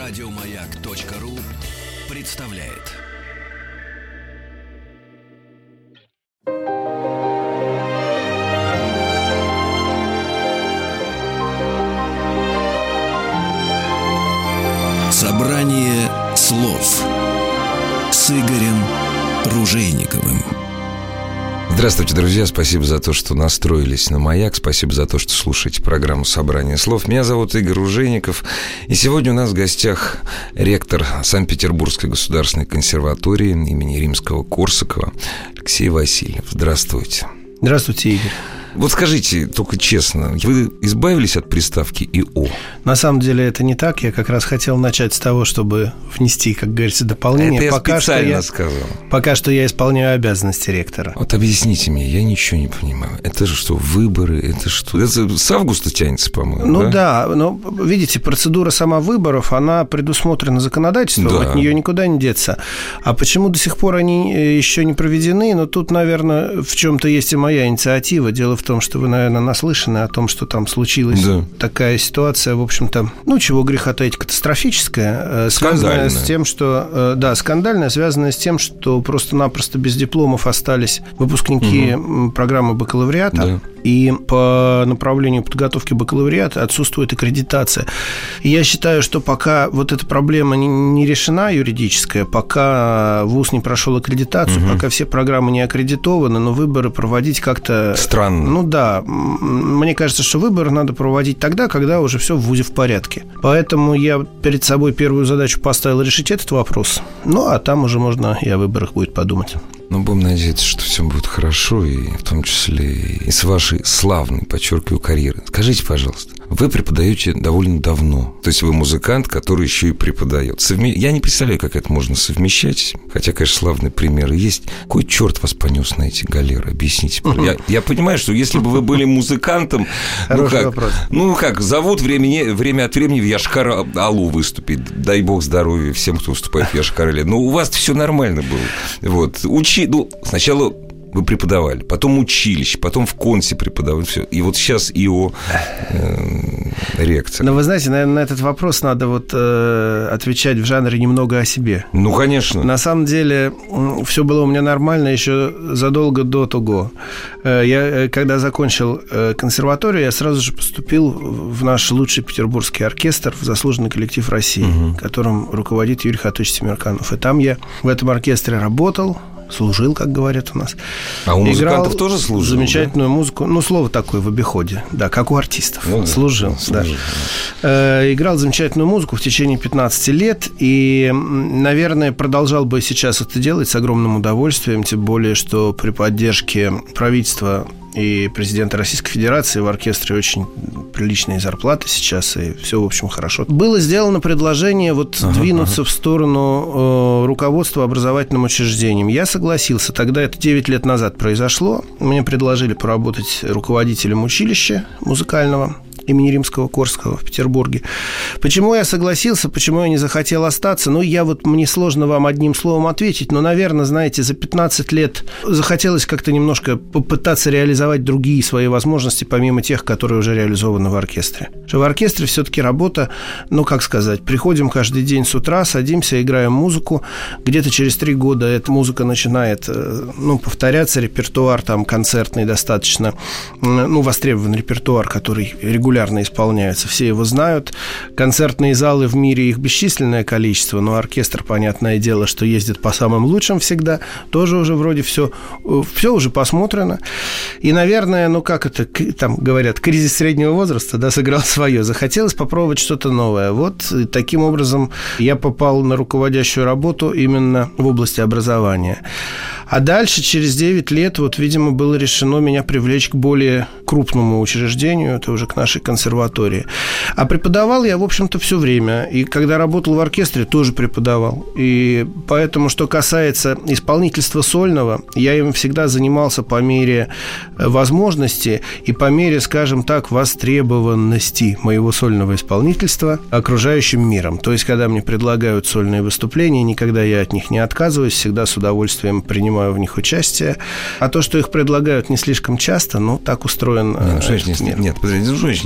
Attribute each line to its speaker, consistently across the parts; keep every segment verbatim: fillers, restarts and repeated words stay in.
Speaker 1: Радиомаяк.ру представляет. Собрание слов с Игорем Ружейниковым.
Speaker 2: Здравствуйте, друзья. Спасибо за то, что настроились на «Маяк». Спасибо за то, что слушаете программу «Собрание слов». Меня зовут Игорь Ружейников. И сегодня у нас в гостях ректор Санкт-Петербургской государственной консерватории имени Римского-Корсакова Алексей Васильев. Здравствуйте.
Speaker 3: Здравствуйте, Игорь.
Speaker 2: Вот скажите, только честно, вы избавились от приставки «и-о»?
Speaker 3: На самом деле это не так. Я как раз хотел начать с того, чтобы внести, как говорится, дополнение.
Speaker 2: Это я
Speaker 3: пока
Speaker 2: специально
Speaker 3: что я,
Speaker 2: сказал.
Speaker 3: Пока что я исполняю обязанности ректора.
Speaker 2: Вот объясните мне, я ничего не понимаю. Это же что, выборы? Это что? Это с августа тянется, по-моему,
Speaker 3: Ну
Speaker 2: да?
Speaker 3: да, но, видите, процедура сама выборов, она предусмотрена законодательством,
Speaker 2: Да.
Speaker 3: От нее никуда не деться. А почему до сих пор они еще не проведены? Ну, тут, наверное, в чем-то есть и моя инициатива. Дело в том, что вы, наверное, наслышаны о том, что там случилась
Speaker 2: да.
Speaker 3: такая ситуация, в общем-то, ну, чего греха таить, катастрофическая, связанная с тем, что, да, скандальная, связанная с тем, что просто-напросто без дипломов остались выпускники угу. программы бакалавриата, да. И по направлению подготовки бакалавриата отсутствует аккредитация. И я считаю, что пока вот эта проблема не решена юридическая, пока вуз не прошел аккредитацию, угу. пока все программы не аккредитованы, но выборы проводить как-то...
Speaker 2: Странно.
Speaker 3: Ну да, мне кажется, что выборы надо проводить тогда, когда уже все в вузе в порядке. Поэтому я перед собой первую задачу поставил решить этот вопрос. Ну, а там уже можно и о выборах будет подумать.
Speaker 2: Ну, будем надеяться, что все будет хорошо, и в том числе и с вашей славной, подчеркиваю, карьеры. Скажите, пожалуйста, вы преподаете довольно давно, то есть вы музыкант, который еще и преподает. Совме... Я не представляю, как это можно совмещать, хотя, конечно, славные примеры есть. Какой черт вас понес на эти галеры? Объясните. Я, я понимаю, что если бы вы были музыкантом, ну как, ну как, зовут время, время от времени в Йошкар-Олу выступить, дай бог здоровья всем, кто выступает в Йошкар-Оле. Но у вас все нормально было. Вот. Учи... Ну, сначала вы преподавали, потом училище, потом в Консе преподавали, все. И вот сейчас ИО э, ректор.
Speaker 3: Но вы знаете, наверное, на этот вопрос надо вот э, отвечать в жанре немного о себе.
Speaker 2: Ну, конечно.
Speaker 3: На самом деле, все было у меня нормально еще задолго до того. Я, когда закончил консерваторию, я сразу же поступил в наш лучший петербургский оркестр, в заслуженный коллектив России, угу. которым руководит Юрий Хатуевич Темирканов. И там я в этом оркестре работал, служил, как говорят у нас.
Speaker 2: А у музыкантов
Speaker 3: Играл
Speaker 2: тоже служил?
Speaker 3: Замечательную
Speaker 2: да?
Speaker 3: музыку. Ну, слово такое в обиходе. Да, как у артистов.
Speaker 2: Ну,
Speaker 3: служил,
Speaker 2: да.
Speaker 3: да.
Speaker 2: Служил,
Speaker 3: да. Э, играл замечательную музыку в течение пятнадцати лет. И, наверное, продолжал бы сейчас это делать с огромным удовольствием. Тем более, что при поддержке правительства и президента Российской Федерации в оркестре очень приличные зарплаты сейчас, и все, в общем, хорошо. Было сделано предложение вот ага, двинуться ага. в сторону э, руководства образовательным учреждением. Я согласился. Тогда это девять лет назад произошло. Мне предложили поработать руководителем училища музыкального имени Римского-Корсакова в Петербурге. Почему я согласился, почему я не захотел остаться? Ну, я вот, мне сложно вам одним словом ответить, но, наверное, знаете, за пятнадцать лет захотелось как-то немножко попытаться реализовать другие свои возможности, помимо тех, которые уже реализованы в оркестре. Что в оркестре все-таки работа, ну, как сказать, приходим каждый день с утра, садимся, играем музыку, где-то через три года эта музыка начинает, ну, повторяться, репертуар там концертный достаточно, ну, востребованный репертуар, который регулярно регулярно исполняются, все его знают. Концертные залы в мире, их бесчисленное количество, но оркестр, понятное дело, что ездит по самым лучшим всегда, тоже уже вроде все, все уже посмотрено. И, наверное, ну как это, там говорят, кризис среднего возраста, да, сыграл свое. Захотелось попробовать что-то новое. Вот таким образом я попал на руководящую работу именно в области образования. А дальше, через девять лет, вот, видимо, было решено меня привлечь к более крупному учреждению, это уже к нашей консерватории. А преподавал я, в общем-то, все время. И когда работал в оркестре, тоже преподавал. И поэтому, что касается исполнительства сольного, я им всегда занимался по мере возможности и по мере, скажем так, востребованности моего сольного исполнительства окружающим миром. То есть, когда мне предлагают сольные выступления, никогда я от них не отказываюсь, всегда с удовольствием принимаю в них участие. А то, что их предлагают не слишком часто, ну, так устроен
Speaker 2: нет,
Speaker 3: этот
Speaker 2: не,
Speaker 3: мир.
Speaker 2: Нет, подождите, ну, что значит не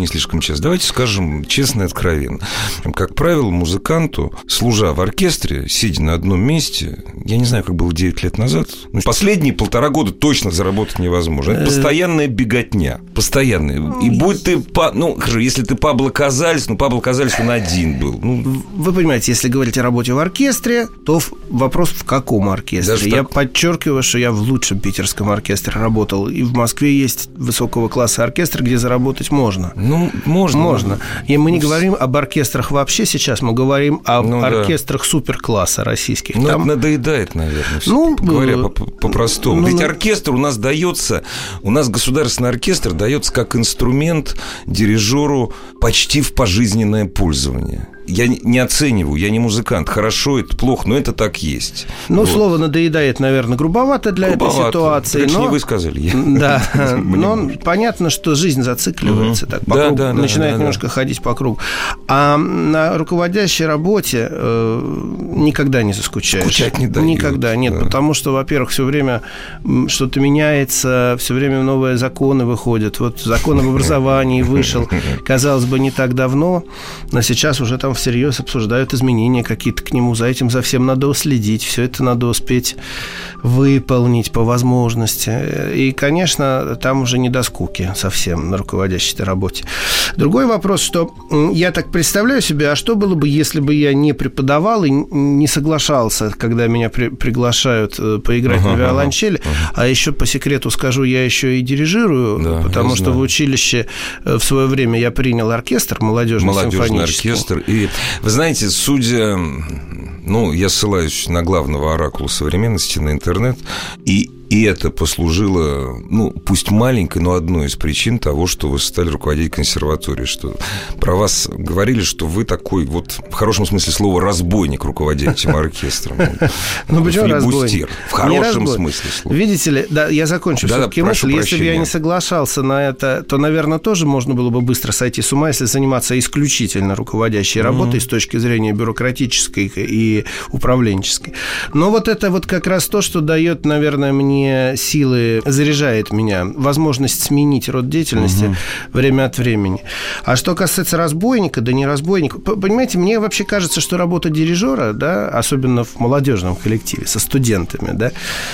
Speaker 2: не слишком часто. Давайте скажем честно и откровенно. Как правило, музыканту, служа в оркестре, сидя на одном месте, я не знаю, как было девять лет назад, но последние полтора года точно заработать невозможно. Это постоянная беготня. Постоянная. И будь ты... Ну, хорошо, если ты Пабло Казальс, ну, Пабло Казальс, он один был. Ну...
Speaker 3: Вы понимаете, если говорить о работе в оркестре, то вопрос в каком оркестре. Даже я так... подчеркиваю, что я в лучшем питерском оркестре работал. И в Москве есть высокого класса оркестр, где заработать можно.
Speaker 2: Ну, можно.
Speaker 3: Можно. И мы не говорим об оркестрах вообще сейчас, мы говорим об ну, оркестрах да. суперкласса российских.
Speaker 2: Ну,
Speaker 3: Там...
Speaker 2: это надоедает, наверное,
Speaker 3: ну,
Speaker 2: говоря по-простому.
Speaker 3: Ну,
Speaker 2: Ведь
Speaker 3: ну...
Speaker 2: оркестр у нас дается, у нас государственный оркестр дается как инструмент дирижеру почти в пожизненное пользование. Я не оцениваю, я не музыкант. Хорошо, это плохо, но это так есть.
Speaker 3: Ну,
Speaker 2: вот.
Speaker 3: Слово надоедает, наверное, грубовато для грубовато. этой ситуации.
Speaker 2: Это
Speaker 3: но...
Speaker 2: не вы сказали.
Speaker 3: Да, но понятно, что жизнь зацикливается так, по кругу, начинает немножко ходить по кругу. А на руководящей работе никогда не заскучаешь.
Speaker 2: Скучать не дают.
Speaker 3: Никогда, нет, потому что, во-первых, все время что-то меняется, все время новые законы выходят. Вот закон об образовании вышел, казалось бы, не так давно, но сейчас уже там всерьез обсуждают изменения какие-то к нему. За этим за всем надо уследить. Все это надо успеть выполнить по возможности. И, конечно, там уже не до скуки совсем на руководящей работе. Другой вопрос, что я так представляю себе, а что было бы, если бы я не преподавал и не соглашался, когда меня при- приглашают поиграть uh-huh, на виолончели, uh-huh. а еще по секрету скажу, я еще и дирижирую, да, потому что в училище в свое время я принял оркестр, молодежный,
Speaker 2: молодежный оркестр. И вы знаете, судя, ну, я ссылаюсь на главного оракула современности, на интернет, и И это послужило, ну, пусть маленькой, но одной из причин того, что вы стали руководить консерваторией, что про вас говорили, что вы такой вот, в хорошем смысле слова, разбойник, руководя этим оркестром.
Speaker 3: Ну, почему разбойник?
Speaker 2: В хорошем смысле слова.
Speaker 3: Видите ли, да, я закончу все-таки мысль. Если бы я не соглашался на это, то, наверное, тоже можно было бы быстро сойти с ума, если заниматься исключительно руководящей работой с точки зрения бюрократической и управленческой. Но вот это вот как раз то, что дает, наверное, мне силы, заряжает меня, возможность сменить род деятельности угу. время от времени. А что касается разбойника, да не разбойника, понимаете, мне вообще кажется, что работа дирижера, да, особенно в молодежном коллективе, со студентами, да,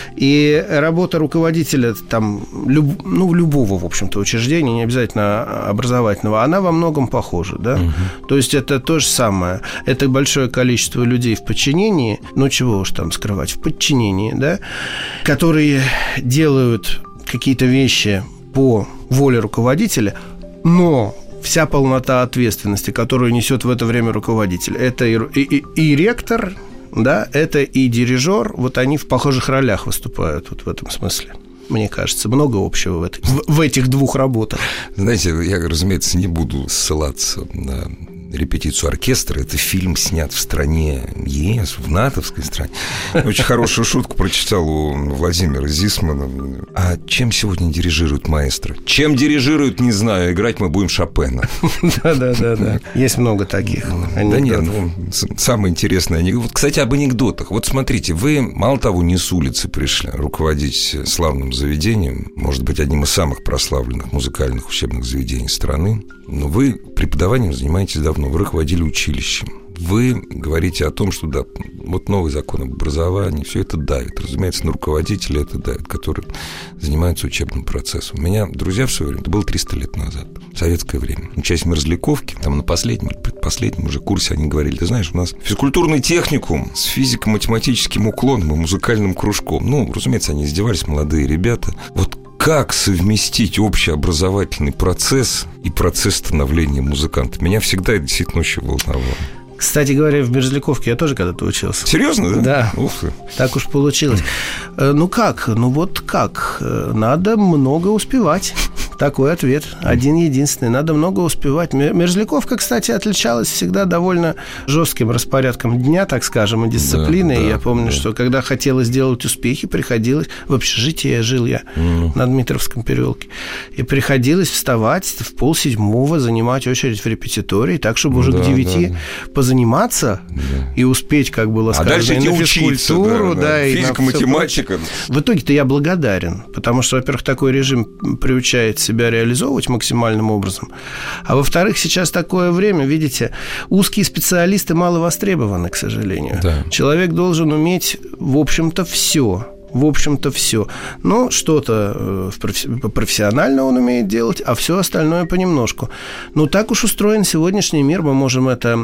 Speaker 3: и работа руководителя там, люб, ну, любого, в общем-то, учреждения, не обязательно образовательного, она во многом похожа, да, угу. то есть это то же самое, это большое количество людей в подчинении, ну, чего уж там скрывать, в подчинении, да, которые делают какие-то вещи по воле руководителя, но вся полнота ответственности, которую несет в это время руководитель, это и, и, и ректор, да, это и дирижер, вот они в похожих ролях выступают вот в этом смысле. Мне кажется, много общего в, этой, в, в этих двух работах.
Speaker 2: Знаете, я, разумеется, не буду ссылаться на репетицию оркестра. Это фильм снят в стране ЕС, в натовской стране. Очень хорошую шутку прочитал у Владимира Зисмана. А чем сегодня дирижирует маэстро? Чем дирижирует, не знаю. Играть мы будем Шопена.
Speaker 3: Да-да-да. Есть много таких.
Speaker 2: Да нет, ну, самое интересное анекдот. Кстати, об анекдотах. Вот смотрите, вы, мало того, не с улицы пришли руководить славным заведением, может быть, одним из самых прославленных музыкальных учебных заведений страны, но вы преподаванием занимаетесь давно. Вы руководили училищем. Вы говорите о том, что да, вот новый закон об образовании, все это давит. Разумеется, на руководителя это давит, которые занимаются учебным процессом. У меня друзья в свое время, это было триста лет назад, советское время, учась в Мерзляковке, там на последнем или предпоследнем уже курсе они говорили, ты знаешь, у нас физкультурный техникум с физико-математическим уклоном и музыкальным кружком. Ну, разумеется, они издевались, молодые ребята. Вот как совместить общеобразовательный процесс и процесс становления музыканта? Меня всегда это действительно очень волновало.
Speaker 3: Кстати говоря, в Мерзляковке я тоже когда-то учился.
Speaker 2: Серьезно, да?
Speaker 3: Да.
Speaker 2: Ух ты.
Speaker 3: Так уж получилось. Ну как? Ну вот как? Надо много успевать. Такой ответ. Один-единственный. Надо много успевать. Мерзляковка, кстати, отличалась всегда довольно жестким распорядком дня, так скажем, и дисциплиной. Да, да, я помню, да. что когда хотелось сделать успехи, приходилось... В общежитии жил я mm. на Дмитровском переулке. И приходилось вставать в полседьмого, занимать очередь в репетитории, так, чтобы уже да, к девяти да, да. позаниматься да. и успеть, как было
Speaker 2: а
Speaker 3: сказано, и на физкультуру.
Speaker 2: Да,
Speaker 3: да,
Speaker 2: да.
Speaker 3: И
Speaker 2: физика,
Speaker 3: на
Speaker 2: математика.
Speaker 3: В итоге-то я благодарен, потому что, во-первых, такой режим приучает себя реализовывать максимальным образом. А во-вторых, сейчас такое время, видите, узкие специалисты мало востребованы, к сожалению. Да. Человек должен уметь, в общем-то, все. В общем-то, все. Но что-то профессионально он умеет делать, а все остальное понемножку. Ну, так уж устроен сегодняшний мир. Мы можем это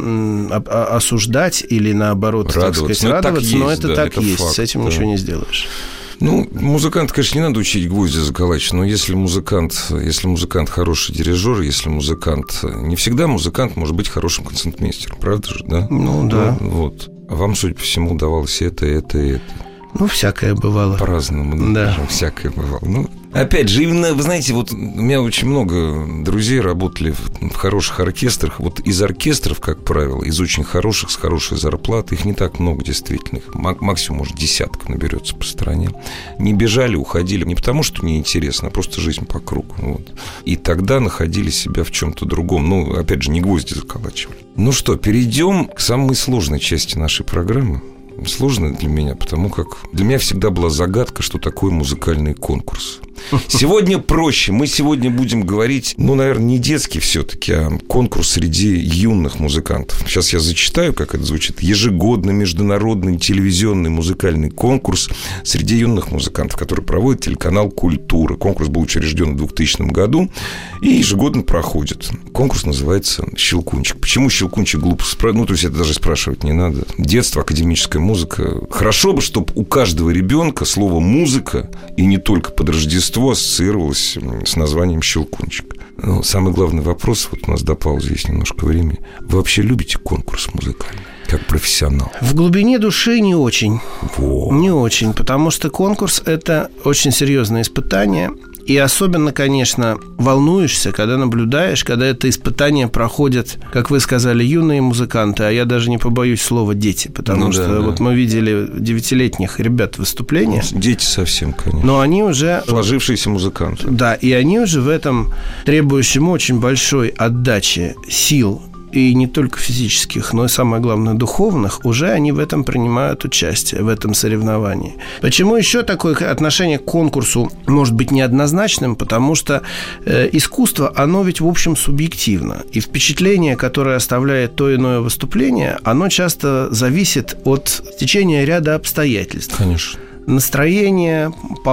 Speaker 3: осуждать или, наоборот, радоваться, так сказать, радоваться, но это так есть. С этим ничего не сделаешь.
Speaker 2: Ну, музыкант, конечно, не надо учить гвозди заколачивать, но если музыкант, если музыкант хороший дирижер, если музыкант... Не всегда музыкант может быть хорошим концертмейстером, правда же, да?
Speaker 3: Ну, да.
Speaker 2: Вот. А вам, судя по всему, удавалось это, это, это.
Speaker 3: Ну, всякое бывало.
Speaker 2: По-разному, да. Скажем, всякое бывало. Ну, опять же, именно, вы знаете, вот у меня очень много друзей работали в, в хороших оркестрах. Вот из оркестров, как правило, из очень хороших, с хорошей зарплатой, их не так много, действительно. Их максимум, может, десятка наберется по стране. Не бежали, уходили. Не потому, что неинтересно, а просто жизнь по кругу. Вот. И тогда находили себя в чем-то другом. Ну, опять же, не гвозди заколачивали. Ну что, перейдем к самой сложной части нашей программы. Сложно для меня, потому как для меня всегда была загадка, что такое музыкальный конкурс. Сегодня проще. Мы сегодня будем говорить, ну, наверное, не детский все-таки, а конкурс среди юных музыкантов. Сейчас я зачитаю, как это звучит. Ежегодно международный телевизионный музыкальный конкурс среди юных музыкантов, который проводит телеканал «Культура». Конкурс был учрежден в двухтысячном году и ежегодно проходит. Конкурс называется «Щелкунчик». Почему «Щелкунчик» глупо спрашивать? Ну, то есть это даже спрашивать не надо. Детство, академическая музыка. Хорошо бы, чтобы у каждого ребенка слово «музыка» и не только под Рождество ассоциировалось с названием «Щелкунчик». Ну, самый главный вопрос, вот у нас до паузы есть немножко времени. Вы вообще любите конкурс музыкальный? Как профессионал?
Speaker 3: В глубине души не очень.
Speaker 2: Во.
Speaker 3: Не очень, потому что конкурс – это очень серьезное испытание. И особенно, конечно, волнуешься, когда наблюдаешь, когда это испытание проходят, как вы сказали, юные музыканты, а я даже не побоюсь слова «дети», потому ну, что да, вот да. мы видели девятилетних ребят выступления.
Speaker 2: Дети совсем, конечно.
Speaker 3: Но они уже...
Speaker 2: Сложившиеся музыканты.
Speaker 3: Да, и они уже в этом требующем очень большой отдачи сил, и не только физических, но и, самое главное, духовных, уже они в этом принимают участие, в этом соревновании. Почему еще такое отношение к конкурсу может быть неоднозначным? Потому что э, искусство, оно ведь, в общем, субъективно. И впечатление, которое оставляет то иное выступление, оно часто зависит от течения ряда обстоятельств.
Speaker 2: Конечно.
Speaker 3: Настроение,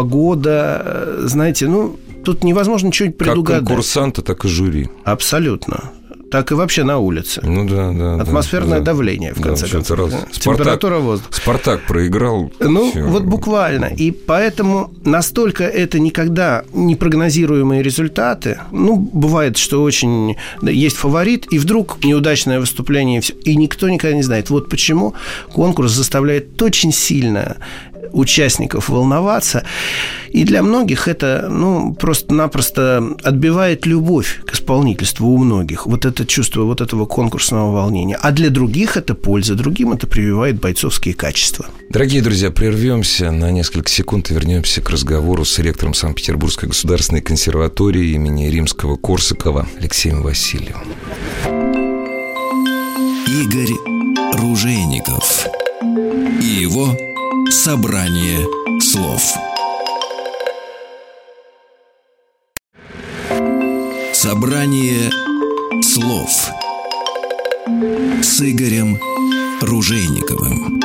Speaker 3: погода, знаете, ну, тут невозможно ничего-нибудь предугадать.
Speaker 2: Как конкурсанта, так и жюри.
Speaker 3: Абсолютно. Так и вообще на улице.
Speaker 2: Ну да, да.
Speaker 3: Атмосферное
Speaker 2: да,
Speaker 3: давление, в конце
Speaker 2: да,
Speaker 3: концов.
Speaker 2: Раз.
Speaker 3: Температура воздуха.
Speaker 2: Спартак проиграл.
Speaker 3: Ну,
Speaker 2: все.
Speaker 3: Вот буквально. И поэтому настолько это никогда непрогнозируемые результаты. Ну, бывает, что очень есть фаворит, и вдруг неудачное выступление, и, все, и никто никогда не знает. Вот почему конкурс заставляет очень сильно участников волноваться. И для многих это, ну, просто-напросто отбивает любовь к исполнительству у многих. Вот это чувство вот этого конкурсного волнения. А для других это польза, другим это прививает бойцовские качества.
Speaker 2: Дорогие друзья, прервемся на несколько секунд и вернемся к разговору с ректором Санкт-Петербургской государственной консерватории имени Римского-Корсакова Алексеем Васильевым.
Speaker 1: Игорь Ружейников и его собрание слов. Собрание слов с Игорем Ружейниковым.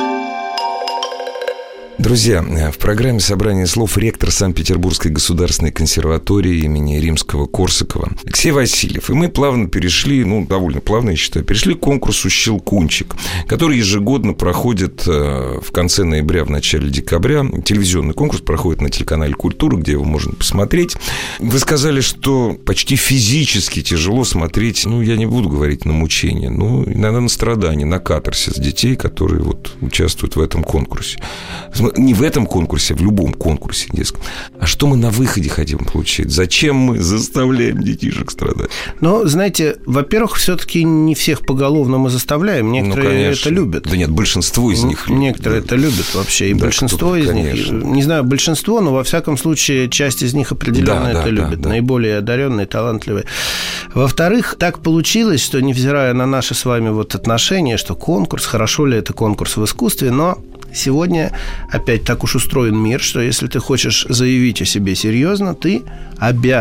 Speaker 2: Друзья, в программе «Собрание слов» ректор Санкт-Петербургской государственной консерватории имени Римского-Корсакова Алексей Васильев. И мы плавно перешли, ну, довольно плавно, я считаю, перешли к конкурсу «Щелкунчик», который ежегодно проходит в конце ноября, в начале декабря. Телевизионный конкурс проходит на телеканале «Культура», где его можно посмотреть. Вы сказали, что почти физически тяжело смотреть, ну, я не буду говорить на мучения, но иногда на страдания, на катарсис детей, которые вот участвуют в этом конкурсе. Не в этом конкурсе, а в любом конкурсе детском. А что мы на выходе хотим получить? Зачем мы заставляем детишек страдать?
Speaker 3: Ну, знаете, во-первых, все-таки не всех поголовно мы заставляем. Некоторые ну, это любят.
Speaker 2: Да нет, большинство из них любят.
Speaker 3: Некоторые да. это любят вообще. И да, большинство из конечно. них, не знаю, большинство, но во всяком случае часть из них определенно да, это да, любит. Да, да. Наиболее одаренные, талантливые. Во-вторых, так получилось, что невзирая на наши с вами вот отношения, что конкурс, хорошо ли это конкурс в искусстве, но сегодня опять так уж устроен мир, что если ты хочешь заявить о себе серьезно, ты обязан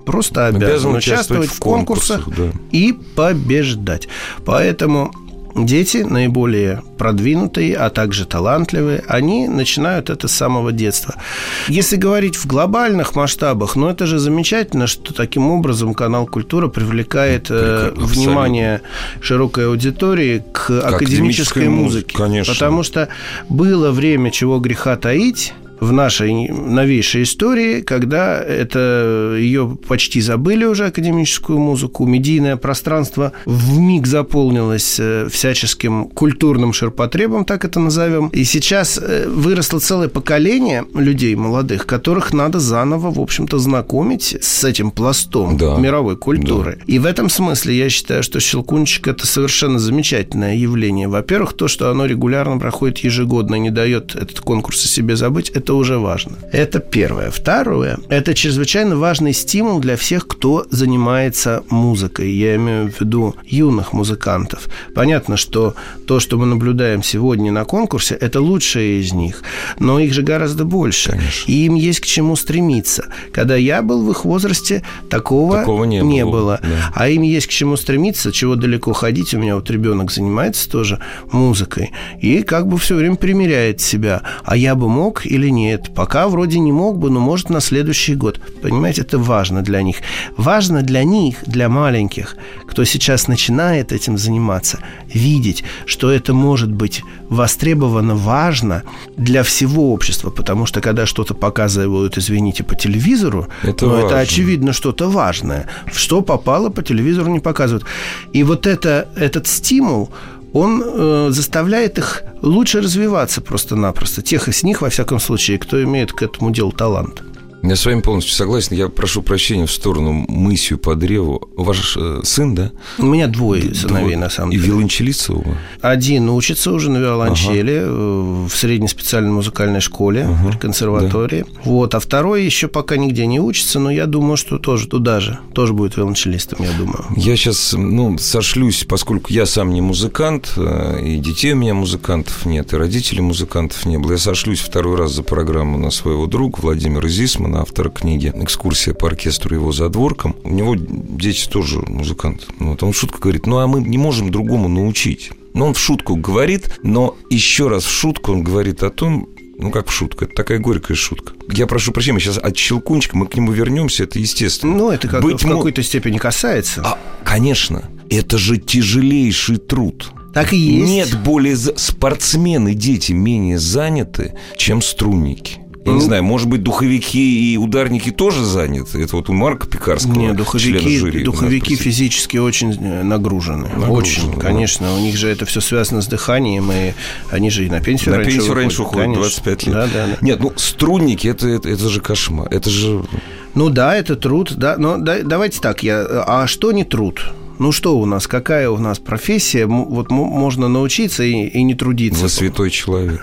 Speaker 3: просто обязан,
Speaker 2: обязан
Speaker 3: участвовать в конкурсах,
Speaker 2: конкурсах, да.
Speaker 3: и побеждать. Поэтому дети, наиболее продвинутые, а также талантливые, они начинают это с самого детства. Если говорить в глобальных масштабах, ну, это же замечательно, что таким образом канал «Культура» привлекает э, внимание широкой аудитории к, к академической, академической музыке.
Speaker 2: Конечно.
Speaker 3: Потому что было время, чего греха таить, в нашей новейшей истории, когда это ее почти забыли уже, академическую музыку, медийное пространство вмиг заполнилось всяческим культурным ширпотребом, так это назовем. И сейчас выросло целое поколение людей молодых, которых надо заново, в общем-то, знакомить с этим пластом, да, мировой культуры. Да. И в этом смысле я считаю, что «Щелкунчик» – это совершенно замечательное явление. Во-первых, то, что оно регулярно проходит ежегодно, не дает этот конкурс о себе забыть, это уже важно. Это первое. Второе, это чрезвычайно важный стимул для всех, кто занимается музыкой. Я имею в виду юных музыкантов. Понятно, что то, что мы наблюдаем сегодня на конкурсе, это лучшие из них, но их же гораздо больше. Конечно. И им есть к чему стремиться. Когда я был в их возрасте, такого, такого не, не было. было. Да. А им есть к чему стремиться, чего далеко ходить. У меня вот ребенок занимается тоже музыкой и как бы все время примеряет себя. А я бы мог или нет? Пока вроде не мог бы, но может на следующий год. Понимаете, это важно для них. Важно для них, для маленьких, кто сейчас начинает этим заниматься, видеть, что это может быть востребовано, важно для всего общества. Потому что когда что-то показывают, извините, по телевизору, это, ну, это очевидно что-то важное. Что попало по телевизору, не показывают. И вот это, этот стимул, он э, заставляет их лучше развиваться просто-напросто. Тех из них, во всяком случае, кто имеет к этому делу талант.
Speaker 2: Я с вами полностью согласен. Я прошу прощения в сторону мысью по древу. Ваш э, сын, да?
Speaker 3: У меня двое Д- сыновей, двое. На самом деле.
Speaker 2: И виолончелист оба?
Speaker 3: Один учится уже на виолончели, ага, в средней специальной музыкальной школе, ага, при консерватории. Да. Вот. А второй еще пока нигде не учится, но я думаю, что тоже туда же. Тоже будет виолончелистом, я думаю. Я
Speaker 2: сейчас, ну, сошлюсь, поскольку я сам не музыкант, и детей у меня музыкантов нет, и родителей музыкантов не было. Я сошлюсь второй раз за программу на своего друга Владимира Зисмана, автора книги «Экскурсия по оркестру и его задворкам». У него дети тоже музыканты. Вот он в шутку говорит: ну, а мы не можем другому научить. Но он в шутку говорит, но еще раз в шутку он говорит о том, ну, как в шутку, это такая горькая шутка. Я прошу прощения, сейчас от «Щелкунчика» мы к нему вернемся, это естественно.
Speaker 3: Ну, это как, Быть в какой-то мо... степени касается.
Speaker 2: А, конечно, это же тяжелейший труд.
Speaker 3: Так и есть.
Speaker 2: Нет более... Спортсмены, дети менее заняты, чем струнники. Я ну, не знаю, может быть, духовики и ударники тоже заняты? Это вот у Марка Пекарского,
Speaker 3: нет, духовики, жюри. Духовики физически очень нагружены. нагружены очень, да. Конечно. У них же это все связано с дыханием, и они же и на пенсию
Speaker 2: на
Speaker 3: раньше
Speaker 2: пенсию
Speaker 3: выходят.
Speaker 2: раньше уходят, двадцать пять лет.
Speaker 3: Да, да, да.
Speaker 2: Нет, ну, струнники, это, это, это же кошмар. Это же...
Speaker 3: Ну да, это труд, да. Но да, давайте так, я... а что не труд? Ну что у нас, какая у нас профессия? Вот можно научиться и, и не трудиться.
Speaker 2: Вы святой человек.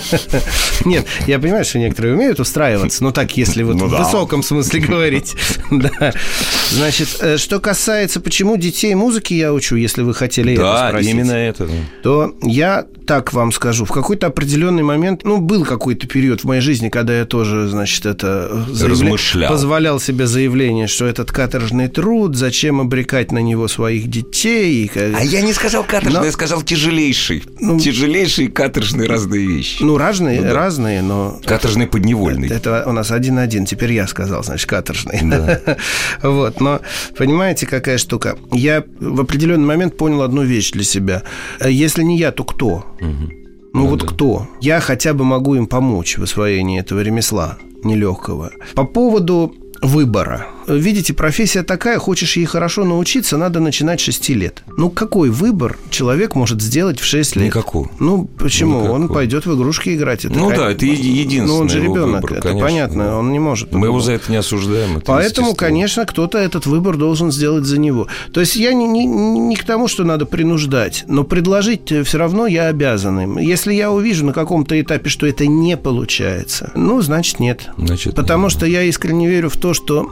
Speaker 3: Нет, я понимаю, что некоторые умеют устраиваться, но так, если вот в высоком смысле говорить. Да. Значит, что касается, почему детей музыки я учу, если вы хотели это спросить.
Speaker 2: Да, именно это.
Speaker 3: То я так вам скажу, в какой-то определенный момент, ну, был какой-то период в моей жизни, когда я тоже, значит, это
Speaker 2: размышлял,
Speaker 3: позволял себе заявление, что этот каторжный труд, зачем обрекать на него своих детей.
Speaker 2: А я не сказал каторжный, но... я сказал тяжелейший. Ну, тяжелейший и каторжный разные вещи.
Speaker 3: Ну, разные, ну, да. разные, но...
Speaker 2: Каторжный подневольный.
Speaker 3: Это у нас один-один, теперь я сказал, значит, каторжный. Да. Вот, но понимаете, какая штука? Я в определенный момент понял одну вещь для себя. Если не я, то кто? Угу. Ну, ну вот да. кто? Я хотя бы могу им помочь в освоении этого ремесла нелегкого. По поводу выбора. Видите, профессия такая, хочешь ей хорошо научиться, надо начинать с шести лет. Ну, какой выбор человек может сделать в шесть лет?
Speaker 2: Никакой.
Speaker 3: Ну, почему? Никакой. Он пойдет в игрушки играть. Это
Speaker 2: ну
Speaker 3: как...
Speaker 2: да, это единственный
Speaker 3: Ну, он же ребенок,
Speaker 2: выбор,
Speaker 3: это
Speaker 2: конечно.
Speaker 3: понятно, он не может.
Speaker 2: Мы его за это не осуждаем. Это
Speaker 3: Поэтому, конечно, кто-то этот выбор должен сделать за него. То есть я не, не, не к тому, что надо принуждать, но предложить все равно я обязан им. Если я увижу на каком-то этапе, что это не получается, ну, значит, нет.
Speaker 2: Значит,
Speaker 3: Потому
Speaker 2: нет.
Speaker 3: что я искренне верю в то, что каторжный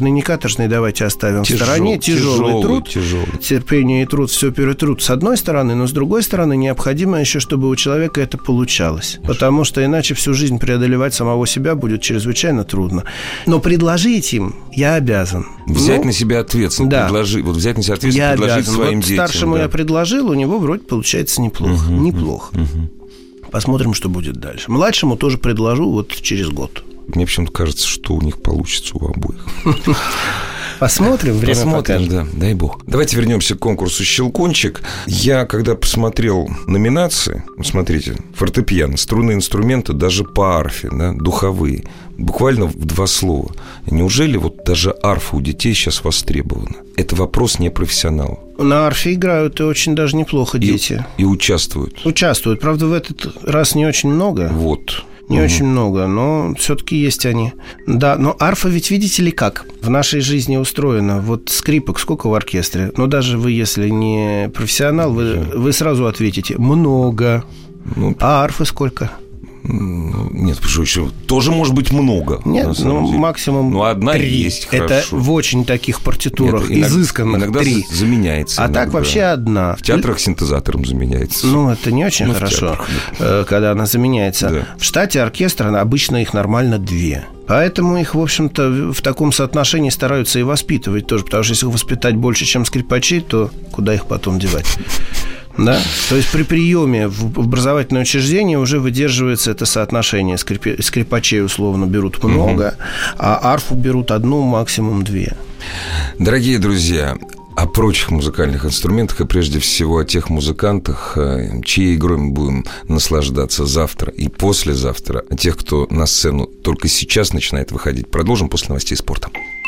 Speaker 3: каторжный, не каторжный, давайте оставим
Speaker 2: Тяжел,
Speaker 3: в стороне. Тяжелый,
Speaker 2: тяжелый
Speaker 3: труд,
Speaker 2: тяжелый.
Speaker 3: терпение и труд, все перетрут с одной стороны, но с другой стороны необходимо еще, чтобы у человека это получалось. Конечно. Потому что иначе всю жизнь преодолевать самого себя будет чрезвычайно трудно. Но предложить им я обязан.
Speaker 2: Взять
Speaker 3: ну,
Speaker 2: на себя ответственность, да. предложи, вот взять на себя ответственность,
Speaker 3: я
Speaker 2: предложить
Speaker 3: обязан.
Speaker 2: своим
Speaker 3: вот
Speaker 2: детям.
Speaker 3: Старшему
Speaker 2: да.
Speaker 3: я предложил, у него вроде получается неплохо.
Speaker 2: Угу,
Speaker 3: неплохо.
Speaker 2: Угу.
Speaker 3: Посмотрим, что будет дальше. Младшему тоже предложу вот через год.
Speaker 2: Мне почему-то кажется, что у них получится у обоих.
Speaker 3: Посмотрим, время
Speaker 2: Посмотрим,
Speaker 3: покажет.
Speaker 2: да, дай бог. Давайте вернемся к конкурсу «Щелкунчик». Я, когда посмотрел номинации, смотрите, фортепиано, струнные инструменты, даже по арфе, да, духовые, буквально в два слова. Неужели вот даже арфа у детей сейчас востребована? Это вопрос не профессионалов.
Speaker 3: На арфе играют и очень даже неплохо дети.
Speaker 2: И, и участвуют.
Speaker 3: Участвуют. Правда, в этот раз не очень много.
Speaker 2: Вот.
Speaker 3: Не угу. очень много, но все-таки есть они. Да, но арфа ведь, видите ли, как в нашей жизни устроена. Вот скрипок сколько в оркестре? Но даже вы, если не профессионал, вы, вы сразу ответите много. Ну, а арфы сколько?
Speaker 2: Нет, почему еще? Тоже может быть много.
Speaker 3: Нет, ну максимум
Speaker 2: ну, одна
Speaker 3: три.
Speaker 2: Есть,
Speaker 3: это
Speaker 2: хорошо.
Speaker 3: В очень таких партитурах
Speaker 2: Нет,
Speaker 3: изысканных
Speaker 2: иногда
Speaker 3: три.
Speaker 2: Заменяется.
Speaker 3: А
Speaker 2: иногда.
Speaker 3: так вообще одна.
Speaker 2: В театрах синтезатором заменяется.
Speaker 3: Ну, это не очень
Speaker 2: ну,
Speaker 3: хорошо,
Speaker 2: театрах, да.
Speaker 3: когда она заменяется. Да. В штате оркестра обычно их нормально две. Поэтому их, в общем-то, в таком соотношении стараются и воспитывать тоже. Потому что если их воспитать больше, чем скрипачей, то куда их потом девать? Да? То есть при приеме в образовательное учреждение уже выдерживается это соотношение. Скрипи... Скрипачей условно берут много, угу. а арфу берут одну, максимум две.
Speaker 2: Дорогие друзья, о прочих музыкальных инструментах и прежде всего о тех музыкантах, чьей игрой мы будем наслаждаться завтра и послезавтра, о тех, кто на сцену только сейчас начинает выходить. Продолжим после новостей спорта.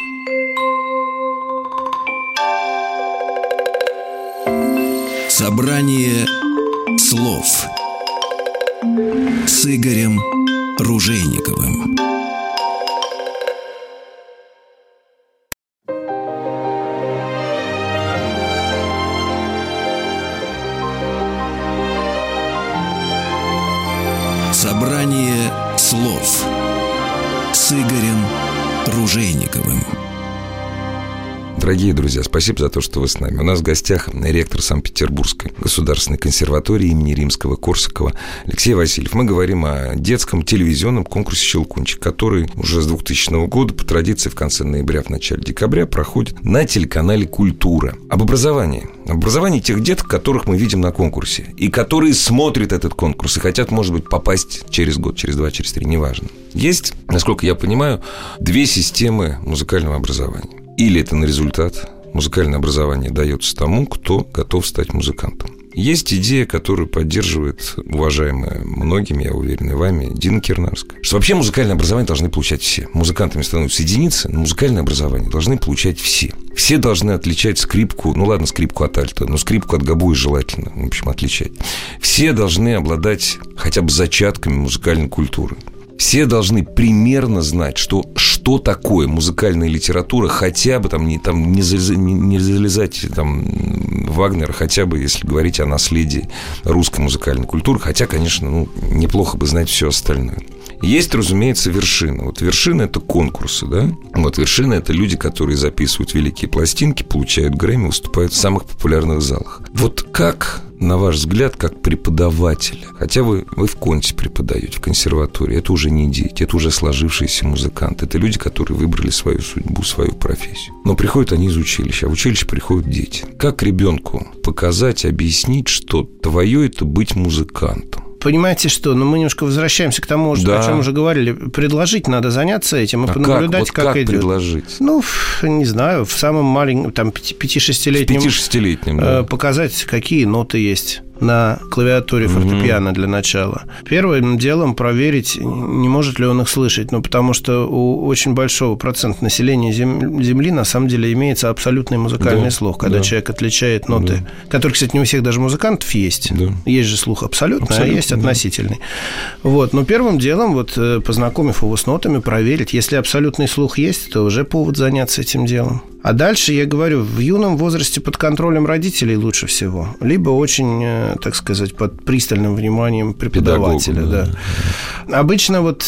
Speaker 1: Собрание слов с Игорем Ружейниковым. Собрание слов с Игорем Ружейниковым.
Speaker 2: Дорогие друзья, спасибо за то, что вы с нами. У нас в гостях ректор Санкт-Петербургской государственной консерватории имени Римского-Корсакова Алексей Васильев. Мы говорим о детском телевизионном конкурсе «Щелкунчик», который уже с двухтысячного года по традиции в конце ноября, в начале декабря проходит на телеканале «Культура». Об образовании. Об образовании тех деток, которых мы видим на конкурсе, и которые смотрят этот конкурс и хотят, может быть, попасть через год, через два, через три, неважно. Есть, насколько я понимаю, две системы музыкального образования. Или это на результат. Музыкальное образование дается тому, кто готов стать музыкантом. Есть идея, которую поддерживает уважаемая многими, я уверен, и вами, Дина Кирнарская, что вообще музыкальное образование должны получать все. Музыкантами становятся единицы, но музыкальное образование должны получать все. Все должны отличать скрипку, ну ладно, скрипку от альта, но скрипку от гобоя желательно, в общем, отличать. Все должны обладать хотя бы зачатками музыкальной культуры. Все должны примерно знать, что, что такое музыкальная литература, хотя бы там не, там, не, залезать, не, не залезать там, Вагнера, хотя бы если говорить о наследии русской музыкальной культуры, хотя, конечно, ну, неплохо бы знать все остальное. Есть, разумеется, вершина. Вот вершина – это конкурсы, да? Вот вершина – это люди, которые записывают великие пластинки, получают Грэмми, выступают в самых популярных залах. Вот как, на ваш взгляд, как преподавателя, хотя вы, вы в Конте преподаете, в консерватории, это уже не дети, это уже сложившиеся музыканты, это люди, которые выбрали свою судьбу, свою профессию. Но приходят они из училища, а в училище приходят дети. Как ребенку показать, объяснить, что твое – это быть музыкантом?
Speaker 3: Понимаете, что? Ну, мы немножко возвращаемся к тому, что, да. о чем уже говорили. Предложить надо заняться этим и а понаблюдать, как, вот как, как идет.
Speaker 2: Предложить?
Speaker 3: Ну, не знаю, в самом маленьком, там, пяти-шестилетнем...
Speaker 2: пяти-шестилетнем, да.
Speaker 3: Показать, какие ноты есть на клавиатуре фортепиано mm-hmm. для начала. Первым делом проверить, не может ли он их слышать. Ну, потому что у очень большого процента населения Земли на самом деле имеется абсолютный музыкальный да, слух, когда да. человек отличает ноты, да. которые, кстати, не у всех даже музыкантов есть. Да. Есть же слух абсолютный, абсолютно, а есть относительный. Да. Вот. Но первым делом, вот, познакомив его с нотами, проверить. Если абсолютный слух есть, то уже повод заняться этим делом. А дальше, я говорю, в юном возрасте под контролем родителей лучше всего. Либо очень, так сказать, под пристальным вниманием преподавателя. Педагог, да. Да. Обычно вот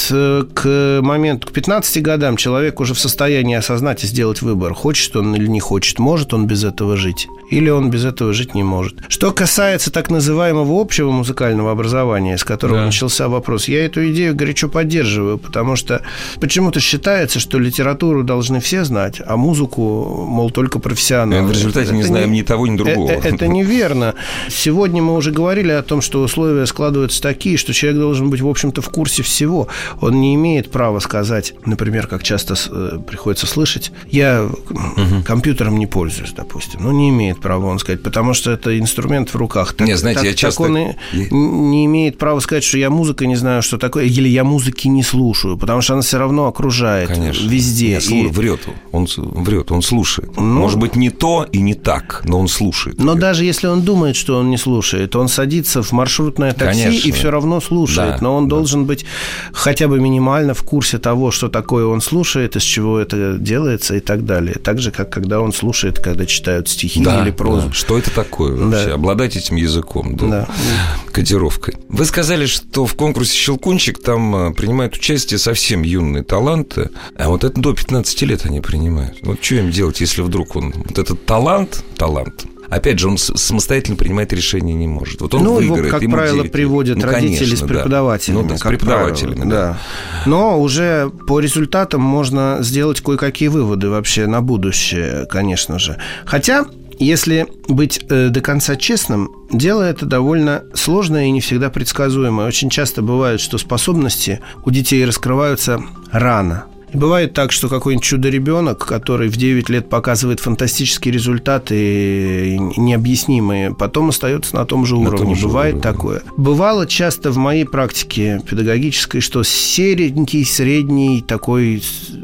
Speaker 3: к моменту, к пятнадцати годам человек уже в состоянии осознать и сделать выбор. Хочет он или не хочет, может он без этого жить, или он без этого жить не может. Что касается так называемого общего музыкального образования, с которого да. начался вопрос, я эту идею горячо поддерживаю, потому что почему-то считается, что литературу должны все знать, а музыку, мол, только профессионалы.
Speaker 2: В результате это не знаем не, ни того, ни другого.
Speaker 3: Это, это неверно. Сегодня мы уже говорили о том, что условия складываются такие, что человек должен быть, в общем-то, в курсе всего. Он не имеет права сказать, например, как часто приходится слышать, я угу. компьютером не пользуюсь, допустим. Ну, не имеет права он сказать, потому что это инструмент в руках. Так,
Speaker 2: не, знаете,
Speaker 3: так,
Speaker 2: я
Speaker 3: так
Speaker 2: часто...
Speaker 3: он и не имеет права сказать, что я музыка не знаю, что такое, или я музыки не слушаю, потому что она все равно окружает. Конечно. Везде.
Speaker 2: Нет, и... Врет. Он врет, он слушает. Ну, может быть, не то и не так, но он слушает.
Speaker 3: Но даже если он думает, что он не слушает, он садится в маршрутное такси Конечно. И все равно слушает. Да, но он да. должен быть хотя бы минимально в курсе того, что такое он слушает, из чего это делается и так далее. Так же, как когда он слушает, когда читают стихи да, или прозу. Да.
Speaker 2: Что это такое вообще? Да. Обладать этим языком, да? Да. Кодировкой. Вы сказали, что в конкурсе «Щелкунчик» там принимают участие совсем юные таланты, а вот это до пятнадцати лет они принимают. Вот что им делать, если вдруг он... Вот этот талант, талант... Опять же, он самостоятельно принимать решения не может. Вот он
Speaker 3: ну,
Speaker 2: выиграет.
Speaker 3: Его, как
Speaker 2: ему
Speaker 3: правило,
Speaker 2: девять
Speaker 3: приводят
Speaker 2: ну,
Speaker 3: родители
Speaker 2: конечно,
Speaker 3: с преподавателями.
Speaker 2: Да. Ну, да, с преподавателями, правило, да.
Speaker 3: да. Но уже по результатам можно сделать кое-какие выводы вообще на будущее, конечно же. Хотя, если быть э, до конца честным, дело это довольно сложное и не всегда предсказуемое. Очень часто бывает, что способности у детей раскрываются рано. И бывает так, что какой-нибудь чудо-ребенок, который в девять лет показывает фантастические результаты, необъяснимые, потом остается на том же уровне. Том же бывает уровне. Такое. Бывало часто в моей практике педагогической, что серенький, средний такой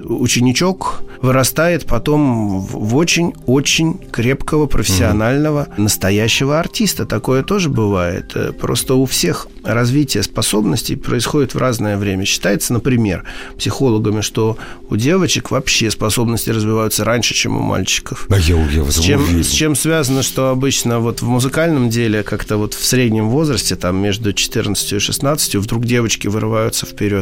Speaker 3: ученичок вырастает потом в очень-очень крепкого, профессионального, mm-hmm. настоящего артиста. Такое тоже бывает. Просто у всех развитие способностей происходит в разное время. Считается, например, психологами, что у девочек вообще способности развиваются раньше, чем у мальчиков.
Speaker 2: А я, я
Speaker 3: с, чем, с чем связано, что обычно вот в музыкальном деле как-то вот в среднем возрасте, там между четырнадцатью и шестнадцатью, вдруг девочки вырываются вперед.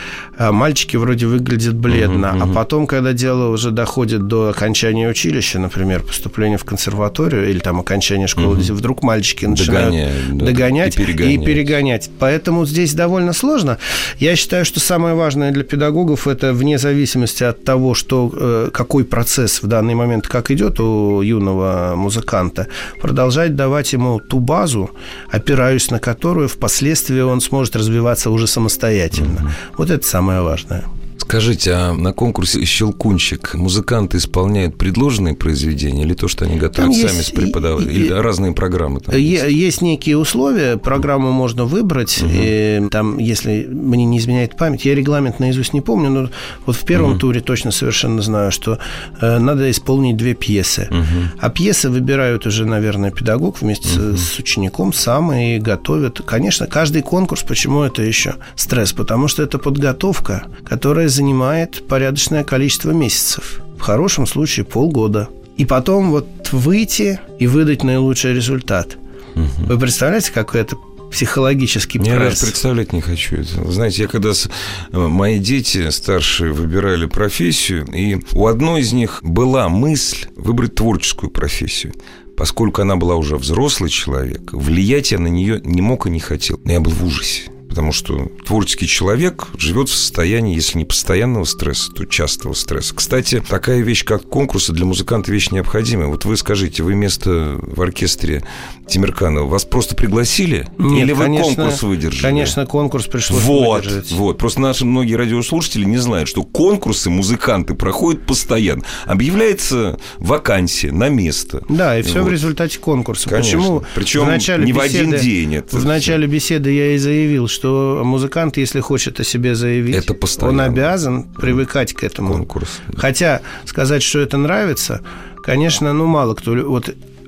Speaker 3: А мальчики вроде выглядят бледно. Uh-huh, uh-huh. А потом, когда дело уже доходит до окончания училища, например, поступления в консерваторию или там окончания школы, uh-huh. вдруг мальчики начинают Догоняют, да, догонять и перегонять. и перегонять. Поэтому здесь довольно сложно. Я считаю, что самое важное для педагогов – это вне зависимости от того, что, какой процесс в данный момент как идет у юного музыканта, продолжать давать ему ту базу, опираясь на которую впоследствии он сможет развиваться уже самостоятельно. Uh-huh. Вот это самое важное.
Speaker 2: Скажите, а на конкурсе «Щелкунчик» музыканты исполняют предложенные произведения или то, что они готовят там сами есть, с преподавателем? Или разные программы там есть?
Speaker 3: Есть некие условия, программу можно выбрать. Угу. И там, если мне не изменяет память, я регламент наизусть не помню, но вот в первом угу. туре точно совершенно знаю, что э, надо исполнить две пьесы. Угу. А пьесы выбирают уже, наверное, педагог вместе угу. с, с учеником сам и готовят. Конечно, каждый конкурс, почему это еще стресс? Потому что это подготовка, которая занимает порядочное количество месяцев. В хорошем случае полгода. И потом вот выйти и выдать наилучший результат. Угу. Вы представляете, какой это психологический пресс?
Speaker 2: Я даже представлять не хочу это. Знаете, я когда с... мои дети старшие выбирали профессию, и у одной из них была мысль выбрать творческую профессию. Поскольку она была уже взрослый человек, влиять я на нее не мог и не хотел. Но я был в ужасе. Потому что творческий человек живет в состоянии, если не постоянного стресса, то частого стресса. Кстати, такая вещь, как конкурсы, для музыканта вещь необходимая. Вот вы скажите, вы место в оркестре Тимирканова вас просто пригласили?
Speaker 3: Нет,
Speaker 2: или вы
Speaker 3: конечно,
Speaker 2: конкурс выдержали?
Speaker 3: Конечно, конкурс пришлось
Speaker 2: вот,
Speaker 3: выдержать.
Speaker 2: Вот, просто наши многие радиослушатели не знают, что конкурсы музыканты проходят постоянно. Объявляется вакансия на место.
Speaker 3: Да, и все вот. В результате конкурса.
Speaker 2: Конечно.
Speaker 3: Почему?
Speaker 2: Причем в не беседы, в один день. Это
Speaker 3: в начале беседы я и заявил, что что музыкант, если хочет о себе заявить,
Speaker 2: это
Speaker 3: он обязан привыкать к этому.
Speaker 2: Конкурс.
Speaker 3: Хотя сказать, что это нравится, конечно, ну, мало кто... Вот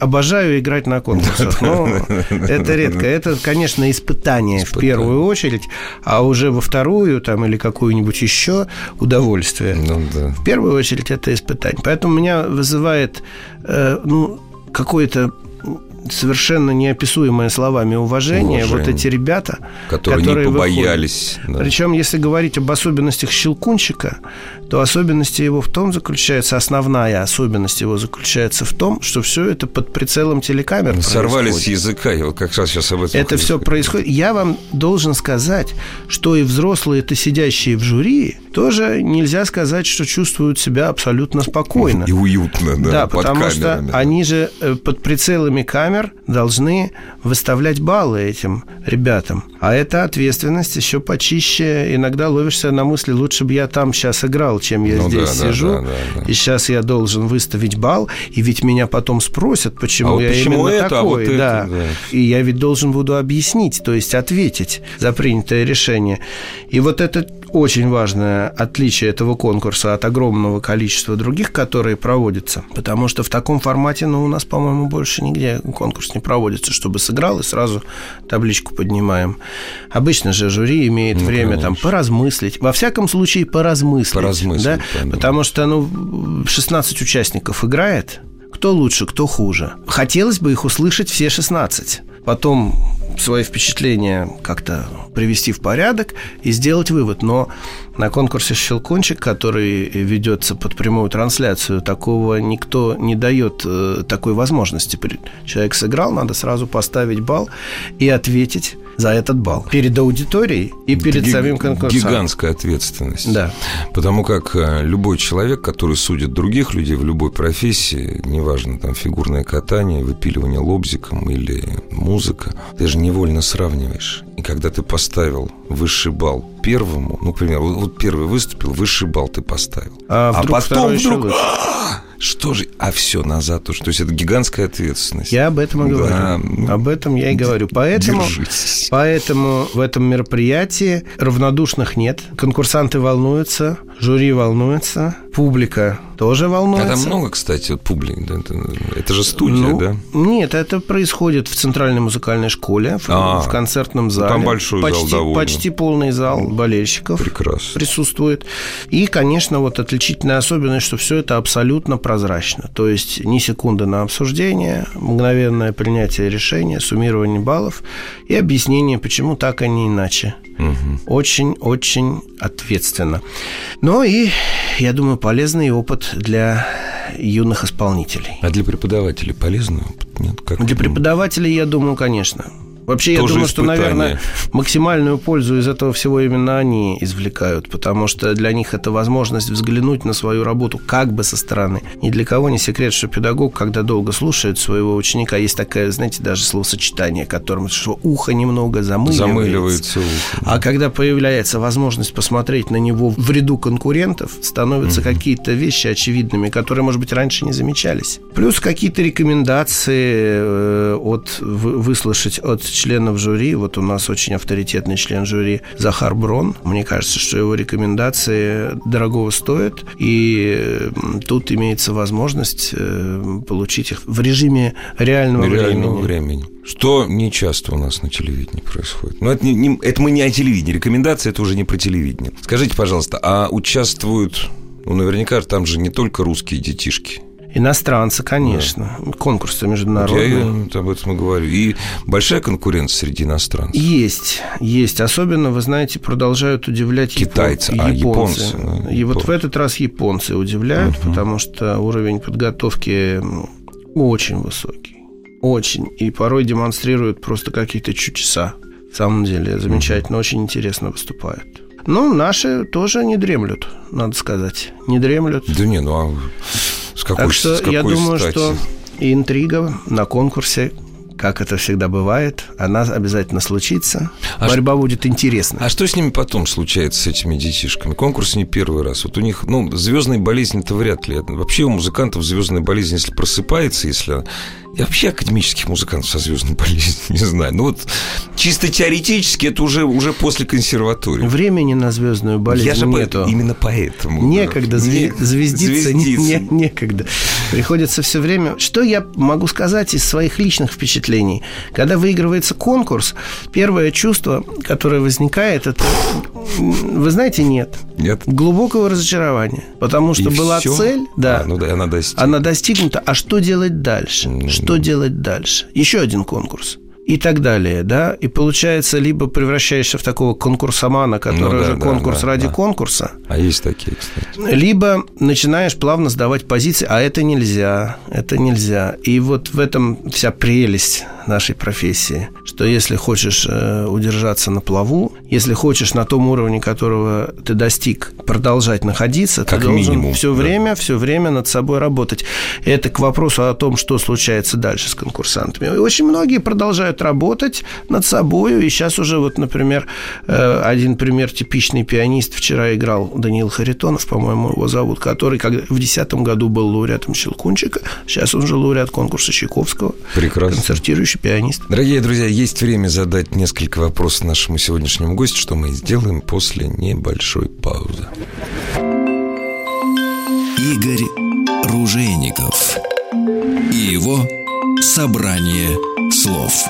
Speaker 3: обожаю играть на конкурсах, но это редко. Это, конечно, испытание в первую очередь, а уже во вторую там, или какую-нибудь еще удовольствие.
Speaker 2: Ну, да.
Speaker 3: В первую очередь это испытание. Поэтому меня вызывает э, ну, какое-то совершенно неописуемое словами уважение, уважение. Вот эти ребята,
Speaker 2: которые, которые не побоялись. Да.
Speaker 3: Причем, если говорить об особенностях Щелкунчика, то особенность его в том заключается, основная особенность его заключается в том, что все это под прицелом телекамер происходит.
Speaker 2: Сорвались с языка, я вот как раз сейчас об этом
Speaker 3: Это все сказать. Происходит. Я вам должен сказать, что и взрослые-то сидящие в жюри тоже нельзя сказать, что чувствуют себя абсолютно спокойно.
Speaker 2: И уютно, да,
Speaker 3: да
Speaker 2: под
Speaker 3: потому
Speaker 2: камерами.
Speaker 3: Что они же под прицелами камер должны выставлять баллы этим ребятам. А эта ответственность еще почище. Иногда ловишься на мысли, лучше бы я там сейчас играл, чем я ну, здесь да, сижу. Да, да, да, да. И сейчас я должен выставить балл, и ведь меня потом спросят, почему
Speaker 2: а
Speaker 3: я
Speaker 2: вот почему
Speaker 3: именно
Speaker 2: это,
Speaker 3: такой.
Speaker 2: А вот
Speaker 3: да.
Speaker 2: это, да.
Speaker 3: И я ведь должен буду объяснить, то есть ответить за принятое решение. И вот это очень важное отличие этого конкурса от огромного количества других, которые проводятся. Потому что в таком формате, ну, у нас, по-моему, больше нигде конкурс не проводится, чтобы сыграл и сразу табличку поднимаем. Обычно же жюри имеет ну, время там поразмыслить. Во всяком случае, поразмыслить.
Speaker 2: Поразмыслить,
Speaker 3: да?
Speaker 2: да.
Speaker 3: Потому что, ну, шестнадцать участников играет. Кто лучше, кто хуже. Хотелось бы их услышать все шестнадцать. Потом свои впечатления как-то привести в порядок и сделать вывод. Но на конкурсе «Щелкунчик», который ведется под прямую трансляцию, такого никто не дает э, такой возможности. Человек сыграл, надо сразу поставить балл и ответить за этот балл перед аудиторией и перед
Speaker 2: Гиг...
Speaker 3: самим конкурсом.
Speaker 2: Гигантская ответственность.
Speaker 3: Да.
Speaker 2: Потому как любой человек, который судит других людей в любой профессии, неважно, там фигурное катание, выпиливание лобзиком или музыка, ты же невольно сравниваешь. И когда ты поставил высший балл первому, ну, к примеру, вот первый выступил, высший балл ты поставил.
Speaker 3: А,
Speaker 2: а
Speaker 3: вдруг
Speaker 2: потом вдруг...
Speaker 3: Лучше.
Speaker 2: Что же? А все назад уже. То есть это гигантская ответственность.
Speaker 3: Я об этом и
Speaker 2: да.
Speaker 3: говорю. Об этом я и говорю. Поэтому, поэтому в этом мероприятии равнодушных нет. Конкурсанты волнуются, жюри волнуется, публика тоже волнуется.
Speaker 2: А там много, кстати, вот публики. Это, это же студия,
Speaker 3: ну,
Speaker 2: да?
Speaker 3: Нет, это происходит в Центральной музыкальной школе, в,
Speaker 2: а,
Speaker 3: в концертном зале.
Speaker 2: Там большой
Speaker 3: почти,
Speaker 2: зал довольно.
Speaker 3: Почти полный зал болельщиков.
Speaker 2: Прекрасно.
Speaker 3: Присутствует. И, конечно, вот отличительная особенность, что все это абсолютно прозрачно. То есть ни секунды на обсуждение, мгновенное принятие решения, суммирование баллов и объяснение, почему так, а не иначе. Очень-очень угу. ответственно. Ну и, я думаю, полезный опыт для юных исполнителей.
Speaker 2: А для преподавателей полезный опыт? Нет, как
Speaker 3: для преподавателей, я думаю, конечно. Вообще, тоже я думаю, испытание. Что, наверное, максимальную пользу из этого всего именно они извлекают, потому что для них это возможность взглянуть на свою работу как бы со стороны. Ни для кого не секрет, что педагог, когда долго слушает своего ученика, есть такое, знаете, даже словосочетание, которым что ухо немного замыливается.
Speaker 2: Замыливается ухо.
Speaker 3: А когда появляется возможность посмотреть на него в ряду конкурентов, становятся угу. какие-то вещи очевидными, которые, может быть, раньше не замечались. Плюс какие-то рекомендации от, выслушать от членов жюри. Вот у нас очень авторитетный член жюри Захар Брон. Мне кажется, что его рекомендации дорогого стоят. И тут имеется возможность получить их в режиме реального,
Speaker 2: реального
Speaker 3: времени.
Speaker 2: времени. Что не часто у нас на телевидении происходит. Но это, не, не, это мы не о телевидении. Рекомендации – это уже не про телевидение. Скажите, пожалуйста, а участвуют, ну, наверняка там же не только русские детишки.
Speaker 3: Иностранцы, конечно. Да. Конкурсы международные.
Speaker 2: Вот я об этом и говорю. И большая конкуренция среди иностранцев.
Speaker 3: Есть, есть. Особенно, вы знаете, продолжают удивлять
Speaker 2: китайцы,
Speaker 3: япон...
Speaker 2: а,
Speaker 3: японцы.
Speaker 2: японцы. Да,
Speaker 3: и вот в этот раз японцы удивляют, uh-huh. потому что уровень подготовки очень высокий. Очень. И порой демонстрируют просто какие-то чудеса. В самом деле, замечательно, uh-huh. очень интересно выступают. Ну, наши тоже не дремлют, надо сказать. Не дремлют.
Speaker 2: Да не, ну а... С какой,
Speaker 3: так что
Speaker 2: с какой
Speaker 3: я думаю,
Speaker 2: стати?
Speaker 3: что интрига на конкурсе, как это всегда бывает, она обязательно случится. А борьба ш... будет интересной.
Speaker 2: А что с ними потом случается, с этими детишками? Конкурс не первый раз. Вот у них, ну, звездная болезнь-то вряд ли. Вообще у музыкантов звездная болезнь, если просыпается, если Я вообще академических музыкантов со звездной болезнью не знаю. Ну вот чисто теоретически это уже, уже после консерватории.
Speaker 3: Времени на звездную болезнь
Speaker 2: Я же
Speaker 3: нету.
Speaker 2: Именно поэтому.
Speaker 3: Некогда зве-
Speaker 2: Не,
Speaker 3: звездиться, не,
Speaker 2: звездиться.
Speaker 3: не, некогда. Приходится все время. Что я могу сказать из своих личных впечатлений? Когда выигрывается конкурс, первое чувство, которое возникает, это, вы знаете, нет.
Speaker 2: Нет.
Speaker 3: Глубокого разочарования. Потому что
Speaker 2: И
Speaker 3: была
Speaker 2: всё?
Speaker 3: цель, да,
Speaker 2: А, ну да, она достигнута.
Speaker 3: она достигнута. А что делать дальше?
Speaker 2: Mm-hmm.
Speaker 3: Что делать дальше? Еще один конкурс. И так далее, да? И получается, либо превращаешься в такого конкурсомана, который
Speaker 2: Ну, да,
Speaker 3: уже
Speaker 2: да,
Speaker 3: конкурс
Speaker 2: да,
Speaker 3: ради
Speaker 2: да.
Speaker 3: конкурса.
Speaker 2: А есть такие, кстати.
Speaker 3: Либо начинаешь плавно сдавать позиции, а это нельзя, это нельзя. И вот в этом вся прелесть нашей профессии, что если хочешь э, удержаться на плаву, если хочешь на том уровне, которого ты достиг, продолжать находиться,
Speaker 2: как
Speaker 3: ты должен
Speaker 2: минимум,
Speaker 3: все
Speaker 2: да.
Speaker 3: время, все время над собой работать. Это к вопросу о том, что случается дальше с конкурсантами. И очень многие продолжают работать над собой. И сейчас уже, вот, например, э, один пример, типичный пианист. Вчера играл Даниил Харитонов, по-моему, его зовут, который когда в две тысячи десятом году был лауреатом Щелкунчика. Сейчас он же лауреат конкурса Чайковского.
Speaker 2: Прекрасно.
Speaker 3: Концертирующий пианист.
Speaker 2: Дорогие друзья, есть время задать несколько вопросов нашему сегодняшнему гостю, что мы и сделаем после небольшой паузы.
Speaker 1: Игорь Ружейников и его собрание слов.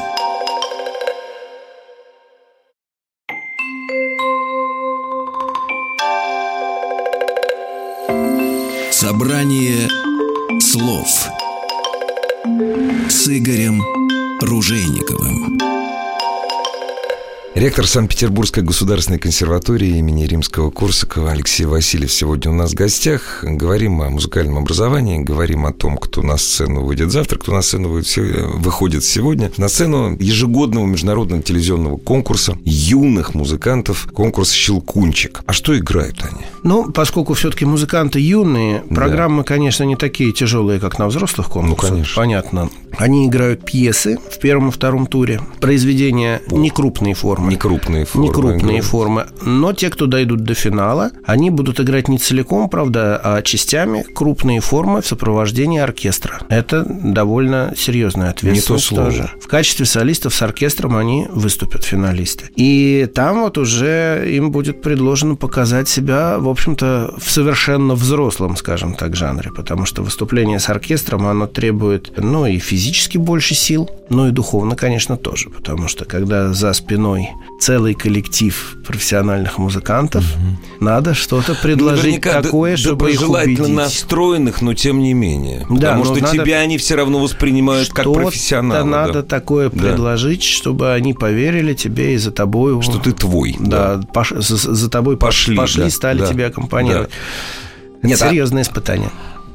Speaker 1: Собрание слов с Игорем Ружейниковым.
Speaker 2: Ректор Санкт-Петербургской государственной консерватории имени Римского-Корсакова Алексей Васильев сегодня у нас в гостях. Говорим о музыкальном образовании, говорим о том, кто на сцену выйдет завтра, кто на сцену выходит сегодня. На сцену ежегодного международного телевизионного конкурса юных музыкантов, конкурс «Щелкунчик». А что играют они?
Speaker 3: Ну, поскольку все-таки музыканты юные, да. Программы, конечно, не такие тяжелые, как на взрослых конкурсах.
Speaker 2: Ну, конечно.
Speaker 3: Понятно. Они играют пьесы в первом и втором туре. Произведения не крупные формы.
Speaker 2: Не крупные формы.
Speaker 3: Не крупные формы. Но те, кто дойдут до финала, они будут играть не целиком, правда, а частями крупные формы в сопровождении оркестра. Это довольно серьезная ответственность.
Speaker 2: Не то слово.
Speaker 3: Тоже. В качестве солистов с оркестром они выступят, финалисты. И там вот уже им будет предложено показать себя, в общем-то, в совершенно взрослом, скажем так, жанре. Потому что выступление с оркестром, оно требует, ну, и физически больше сил, ну, и духовно, конечно, тоже. Потому что когда за спиной целый коллектив профессиональных музыкантов, угу. надо что-то предложить
Speaker 2: наверняка
Speaker 3: такое, чтобы их убедить.
Speaker 2: Настроенных, но тем не менее.
Speaker 3: Да,
Speaker 2: потому что тебя они все равно воспринимают как профессионала.
Speaker 3: Надо
Speaker 2: да.
Speaker 3: такое предложить, да. чтобы они поверили тебе и за тобой...
Speaker 2: Что ты твой.
Speaker 3: Да, да. Пош... за, за тобой пошли, пошли да, стали да, тебя аккомпанировать. Да. Это Нет, серьезное а... испытание.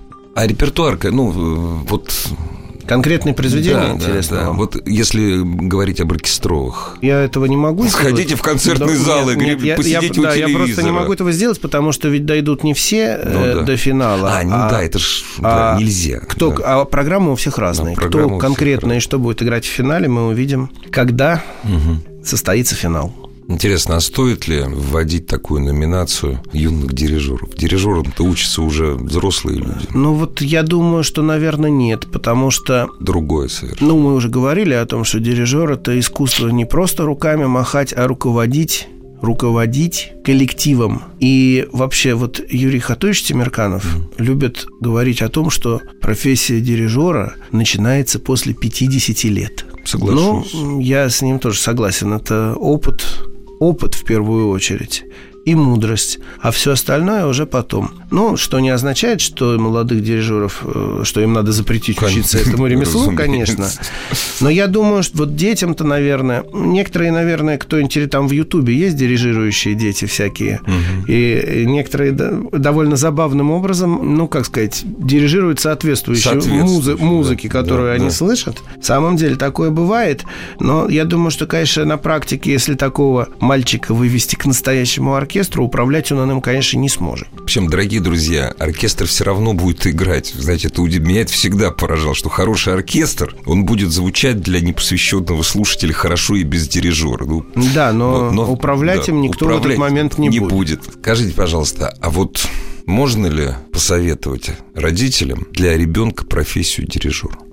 Speaker 2: А репертуарка, ну, вот...
Speaker 3: Конкретные произведения,
Speaker 2: да,
Speaker 3: интересно
Speaker 2: да, да.
Speaker 3: вам?
Speaker 2: Вот если говорить об оркестровых.
Speaker 3: Я этого не могу сделать.
Speaker 2: Сходите в концертный
Speaker 3: да,
Speaker 2: зал
Speaker 3: нет,
Speaker 2: и
Speaker 3: нет, я,
Speaker 2: посидите
Speaker 3: я,
Speaker 2: у
Speaker 3: да,
Speaker 2: телевизора.
Speaker 3: Я просто не могу этого сделать, потому что ведь дойдут не все ну, э, да. до финала.
Speaker 2: А, ну
Speaker 3: а,
Speaker 2: да, это ж
Speaker 3: а,
Speaker 2: да, нельзя.
Speaker 3: Кто,
Speaker 2: да.
Speaker 3: А программы у всех разные. Да, кто конкретно и что будет играть в финале, мы увидим, когда угу. состоится финал.
Speaker 2: Интересно, а стоит ли вводить такую номинацию юных дирижеров? Дирижерам-то учатся уже взрослые люди.
Speaker 3: Ну, вот я думаю, что, наверное, нет, потому что...
Speaker 2: Другое совершенно.
Speaker 3: Ну, мы уже говорили о том, что дирижер – это искусство не просто руками махать, а руководить, руководить коллективом. И вообще вот Юрий Хатуевич Темирканов mm. любит говорить о том, что профессия дирижера начинается после пятидесяти лет.
Speaker 2: Соглашусь.
Speaker 3: Ну, я с ним тоже согласен. Это опыт... Опыт в первую очередь и мудрость, а все остальное уже потом. Ну, что не означает, что молодых дирижеров, что им надо запретить конечно, учиться этому ремеслу, конечно. Но я думаю, что вот детям-то, наверное, некоторые, наверное, кто интересен, там в Ютубе есть дирижирующие дети всякие, угу. и некоторые довольно забавным образом, ну, как сказать, дирижируют соответствующие музы- музыки, да, которую да, они да. слышат. В самом деле такое бывает, но я думаю, что, конечно, на практике, если такого мальчика вывести к настоящему оркестру, управлять он им, конечно, не сможет.
Speaker 2: В общем, дорогие друзья, оркестр все равно будет играть. Знаете, это меня это всегда поражало, что хороший оркестр, он будет звучать для непосвященного слушателя хорошо и без дирижера. Ну,
Speaker 3: да, но, но управлять да, им никто управлять в этот момент не,
Speaker 2: не
Speaker 3: будет.
Speaker 2: будет. Скажите, пожалуйста, а вот можно ли посоветовать родителям для ребенка профессию дирижера?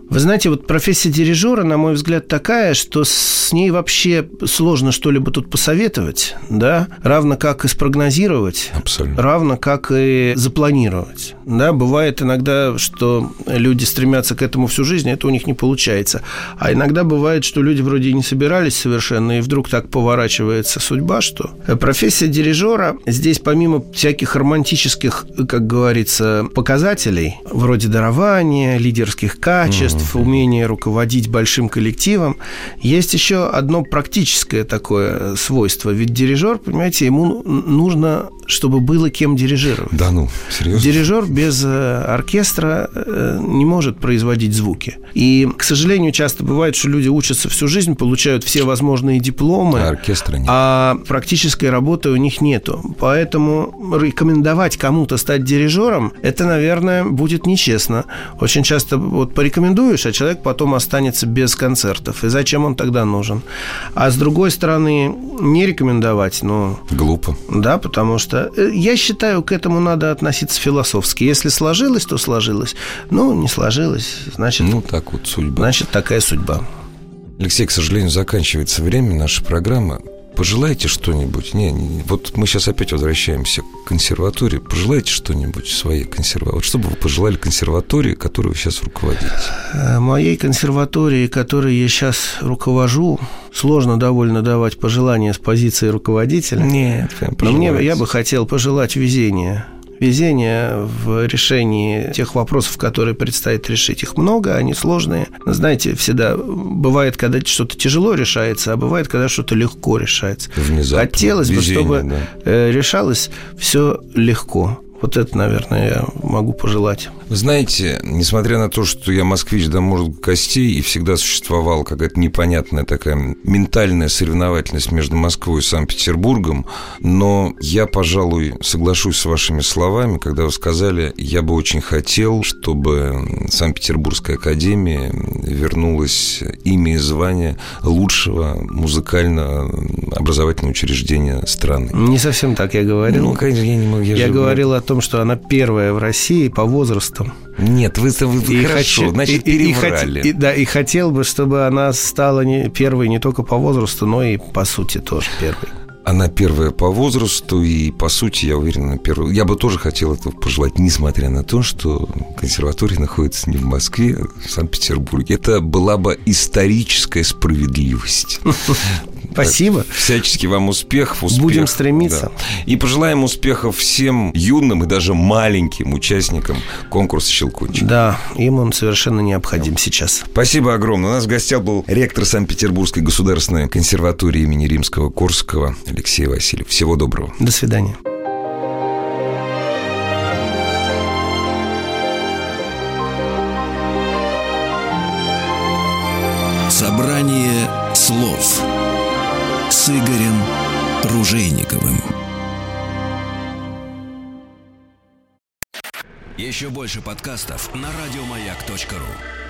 Speaker 3: Вы знаете, вот профессия дирижера, на мой взгляд, такая, что с ней вообще сложно что-либо тут посоветовать, да, равно как и спрогнозировать,
Speaker 2: абсолютно,
Speaker 3: равно как и запланировать, да, бывает иногда, что люди стремятся к этому всю жизнь, это у них не получается, а иногда бывает, что люди вроде и не собирались совершенно, и вдруг так поворачивается судьба, что профессия дирижера здесь помимо всяких романтических, как говорится, показателей, вроде дарования, лидерских качеств, mm-hmm. умение руководить большим коллективом, есть еще одно практическое такое свойство. Ведь дирижер, понимаете, ему нужно, чтобы было кем дирижировать.
Speaker 2: Да ну, серьезно?
Speaker 3: Дирижер без оркестра не может производить звуки. И, к сожалению, часто бывает, что люди учатся всю жизнь, получают все возможные дипломы,
Speaker 2: а оркестра нет.
Speaker 3: А практической работы у них нету. Поэтому рекомендовать кому-то стать дирижером, это, наверное, будет нечестно. Очень часто вот порекомендуешь, а человек потом останется без концертов. И зачем он тогда нужен? А с другой стороны, не рекомендовать, ну...
Speaker 2: глупо.
Speaker 3: Да, потому что я считаю, к этому надо относиться философски. Если сложилось, то сложилось. Ну, не сложилось, значит...
Speaker 2: Ну, так вот судьба.
Speaker 3: Значит, такая судьба.
Speaker 2: Алексей, к сожалению, заканчивается время нашей программы. Пожелайте что-нибудь. Не, не, вот мы сейчас опять возвращаемся к консерватории. Пожелайте что-нибудь своей консерватории. Вот что бы вы пожелали консерватории, которой вы сейчас руководите?
Speaker 3: Моей консерватории, которой я сейчас руковожу, сложно довольно давать пожелания с позиции руководителя.
Speaker 2: Нет,
Speaker 3: но мне я бы хотел пожелать везения. Везение в решении тех вопросов, которые предстоит решить. Их много, они сложные. Знаете, всегда бывает, когда что-то тяжело решается, а бывает, когда что-то легко решается.
Speaker 2: Внезапно.
Speaker 3: Хотелось
Speaker 2: Везение,
Speaker 3: бы, чтобы да. решалось все легко. Вот это, наверное, я могу пожелать.
Speaker 2: Вы знаете, несмотря на то, что я москвич до мозга костей, и всегда существовала какая-то непонятная такая ментальная соревновательность между Москвой и Санкт-Петербургом, но я, пожалуй, соглашусь с вашими словами, когда вы сказали, я бы очень хотел, чтобы Санкт-Петербургская академия вернулась имя и звание лучшего музыкально-образовательного учреждения страны.
Speaker 3: Не совсем так я говорил.
Speaker 2: Ну, конечно, я не могу. Я,
Speaker 3: я
Speaker 2: же...
Speaker 3: говорил о том, что она первая в России по возрасту.
Speaker 2: Нет, вы, вы
Speaker 3: и
Speaker 2: хорошо,
Speaker 3: хочу,
Speaker 2: значит,
Speaker 3: и,
Speaker 2: переврали.
Speaker 3: И, и, да, и хотел бы, чтобы она стала не первой не только по возрасту, но и по сути тоже первой.
Speaker 2: Она первая по возрасту, и по сути, я уверен, она первая. Я бы тоже хотел этого пожелать, несмотря на то, что консерватория находится не в Москве, а в Санкт-Петербурге. Это была бы историческая справедливость.
Speaker 3: Спасибо.
Speaker 2: Всячески вам успехов, успех.
Speaker 3: Будем стремиться.
Speaker 2: Да. И пожелаем успехов всем юным и даже маленьким участникам конкурса «Щелкунчик».
Speaker 3: Да, им он совершенно необходим сейчас.
Speaker 2: Спасибо огромное. У нас в гостях был ректор Санкт-Петербургской государственной консерватории имени Римского-Корсакова Алексей Васильев. Всего доброго.
Speaker 3: До свидания.
Speaker 1: Собрание слов с Игорем Ружейниковым. Еще больше подкастов на радиомаяк точка ру.